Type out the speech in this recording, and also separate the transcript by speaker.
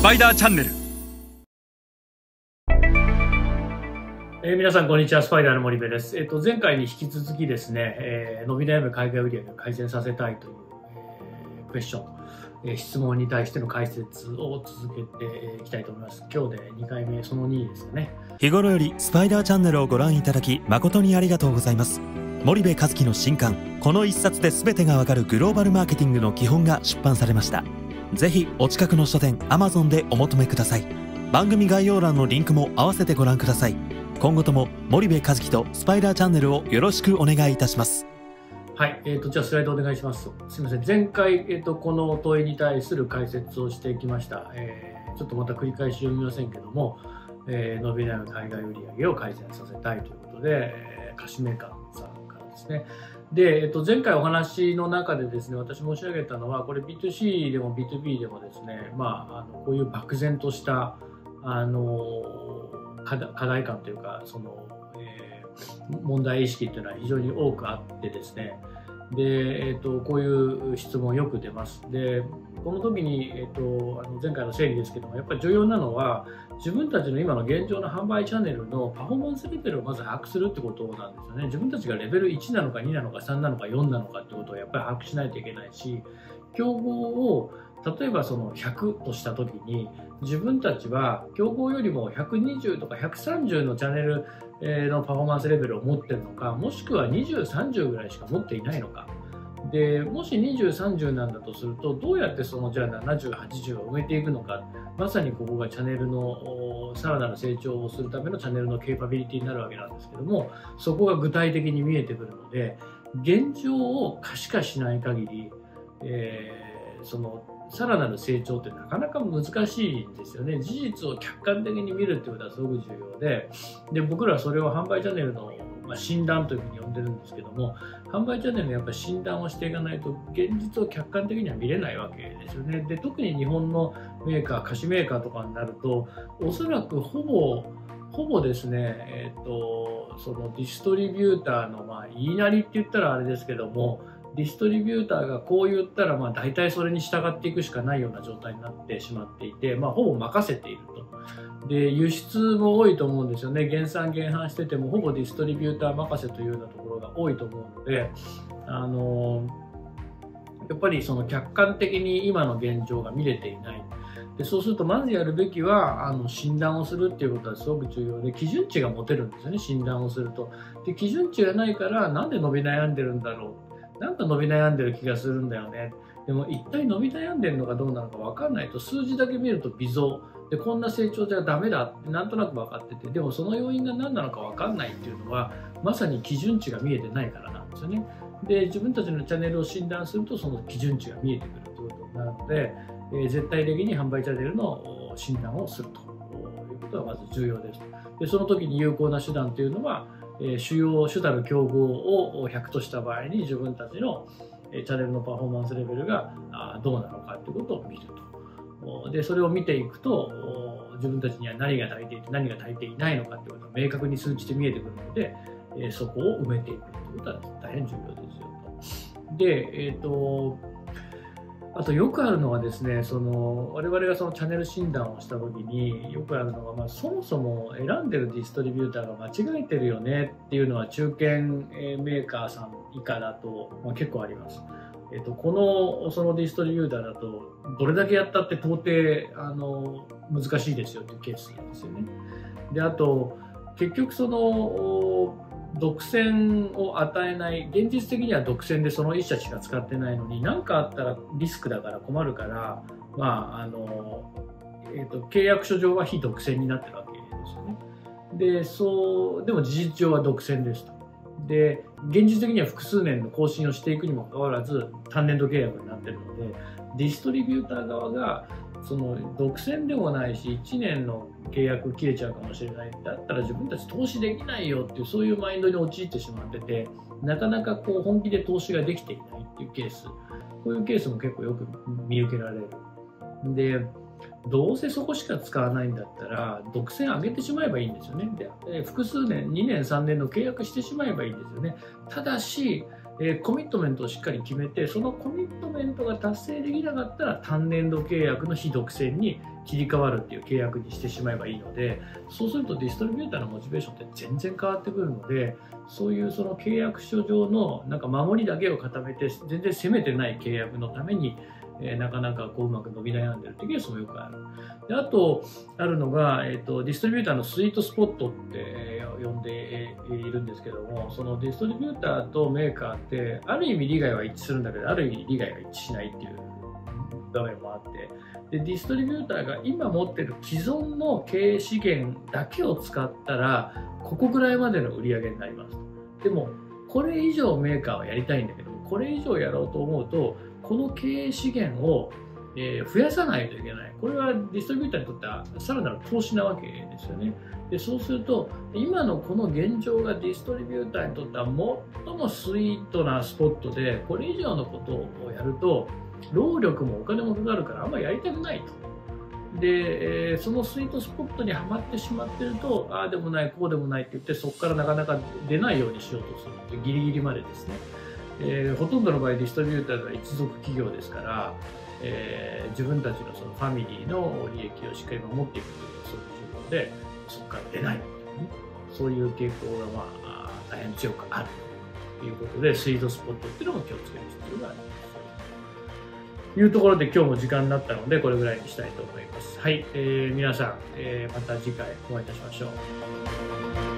Speaker 1: パイダーチャンネル。
Speaker 2: 皆さんこんにちは、スパイダーの森部です。前回に引き続きですね、伸び悩む海外売上を改善させたいという、クエスチョン、質問に対しての解説を続けていきたいと思います。今日で2回目、その2ですかね。
Speaker 3: 日頃よりスパイダーチャンネルをご覧いただき誠にありがとうございます。森部一樹の新刊、この一冊で全てがわかるグローバルマーケティングの基本が出版されました。ぜひお近くの書店 Amazon でお求めください。番組概要欄のリンクも合わせてご覧ください。今後とも森部一樹とスパイダーチャンネルをよろしくお願いいたします。
Speaker 2: はい、じゃあスライドお願いします。すみません、前回、この問いに対する解説をしてきました。ちょっとまた繰り返し読みませんけども、伸び悩む海外売上を改善させたいということで、菓子メーカーさんからですね。で、前回お話の中でですね、私申し上げたのは、これ B2C でも B2B でもですね、こういう漠然とした課題感というか、問題意識というのは非常に多くあってですね、で、こういう質問よく出ます。で、この時に、前回の整理ですけども、やっぱり重要なのは、自分たちの今の現状の販売チャンネルのパフォーマンスレベルをまず把握するってことなんですよね。自分たちがレベル1なのか2なのか3なのか4なのかってことをやっぱり把握しないといけないし、競合を例えばその100とした時に、自分たちは競合よりも120とか130のチャンネルのパフォーマンスレベルを持ってるのか、もしくは20、30ぐらいしか持っていないのか。で、もし20、30なんだとすると、どうやってそのじゃあ70、80を埋めていくのか。まさにここがチャンネルのさらなる成長をするためのチャンネルのケーパビリティになるわけなんですけども、そこが具体的に見えてくるので、現状を可視化しない限り、さらなる成長ってなかなか難しいんですよね。事実を客観的に見るっていうことはすごく重要で、僕らはそれを販売チャンネルの診断というふうに呼んでるんですけども、販売チャンネルのやっぱり診断をしていかないと現実を客観的には見れないわけですよね。で、特に日本のメーカー、菓子メーカーとかになると、おそらくほぼですね、そのディストリビューターの言いなりって言ったらあれですけども、ディストリビューターがこう言ったら大体それに従っていくしかないような状態になってしまっていて、ほぼ任せていると。で、輸出も多いと思うんですよね。減産減販しててもほぼディストリビューター任せというようなところが多いと思うので、やっぱりその客観的に今の現状が見れていない。で、そうするとまずやるべきは診断をするっていうことはすごく重要で、基準値が持てるんですよね、診断をすると。で、基準値がないからなんで伸び悩んでるんだろう、なんか伸び悩んでる気がするんだよね。でも一体伸び悩んでるのかどうなのか分かんないと、数字だけ見ると微増で、こんな成長じゃダメだってなんとなく分かってて、でもその要因が何なのか分かんないっていうのはまさに基準値が見えてないからなんですよね。で、自分たちのチャンネルを診断するとその基準値が見えてくるということになるので、絶対的に販売チャンネルの診断をするということがまず重要です。で、その時に有効な手段というのは、主たる競合を100とした場合に自分たちのチャンネルのパフォーマンスレベルがどうなのかということを見ると。で、それを見ていくと自分たちには何が足りていて何が足りていないのかということが明確に数値で見えてくるので、そこを埋めていくということは大変重要ですよと。で、あとよくあるのはですね、我々がそのチャンネル診断をした時によくあるのが、そもそも選んでるディストリビューターが間違えてるよねっていうのは中堅メーカーさん以下だと、結構あります。そのディストリビューターだとどれだけやったって到底難しいですよっていうケースなんですよね。で、あと結局独占を与えない、現実的には独占でその1社しか使ってないのに、何かあったらリスクだから困るから、契約書上は非独占になってるわけですよね。でも事実上は独占ですと。で、現実的には複数年の更新をしていくにもかかわらず単年度契約になっているので、ディストリビューター側が独占でもないし1年の契約切れちゃうかもしれない、だったら自分たち投資できないよっていう、そういうマインドに陥ってしまってて、なかなか本気で投資ができていないっていうケース、こういうケースも結構よく見受けられる。で、どうせそこしか使わないんだったら独占上げてしまえばいいんですよね。で、複数年、2年3年の契約してしまえばいいんですよね。ただしコミットメントをしっかり決めて、そのコミットメントが達成できなかったら単年度契約の非独占に切り替わるっていう契約にしてしまえばいいので、そうするとディストリビューターのモチベーションって全然変わってくるので、そういうその契約書上のなんか守りだけを固めて全然攻めてない契約のためになかなかこううまく伸び悩んでるっていうケースもよくある。であとあるのが、ディストリビューターのスイートスポットって呼んでいるんですけども、そのディストリビューターとメーカーってある意味利害は一致するんだけど、ある意味利害が一致しないっていう場面もあって、でディストリビューターが今持っている既存の経営資源だけを使ったらここぐらいまでの売り上げになります。でもこれ以上メーカーはやりたいんだけど、これ以上やろうと思うとこの経営資源を増やさないといけない。これはディストリビューターにとってはさらなる投資なわけですよね。でそうすると今のこの現状がディストリビューターにとっては最もスイートなスポットで、これ以上のことをやると労力もお金もかかるからあんまりやりたくないと。で、そのスイートスポットにはまってしまってると、ああでもないこうでもないって言って、そこからなかなか出ないようにしようとするってギリギリまでですね。ほとんどの場合ディストリビューターが一族企業ですから、自分たちのそのファミリーの利益をしっかり守っていくというのがすごく重要で、そこから出ないというね、そういう傾向が大変強くあるということで、スイートスポットっていうのも気をつける必要があります。というところで今日も時間になったのでこれぐらいにしたいと思います。はい、皆さん、また次回お会いいたしましょう。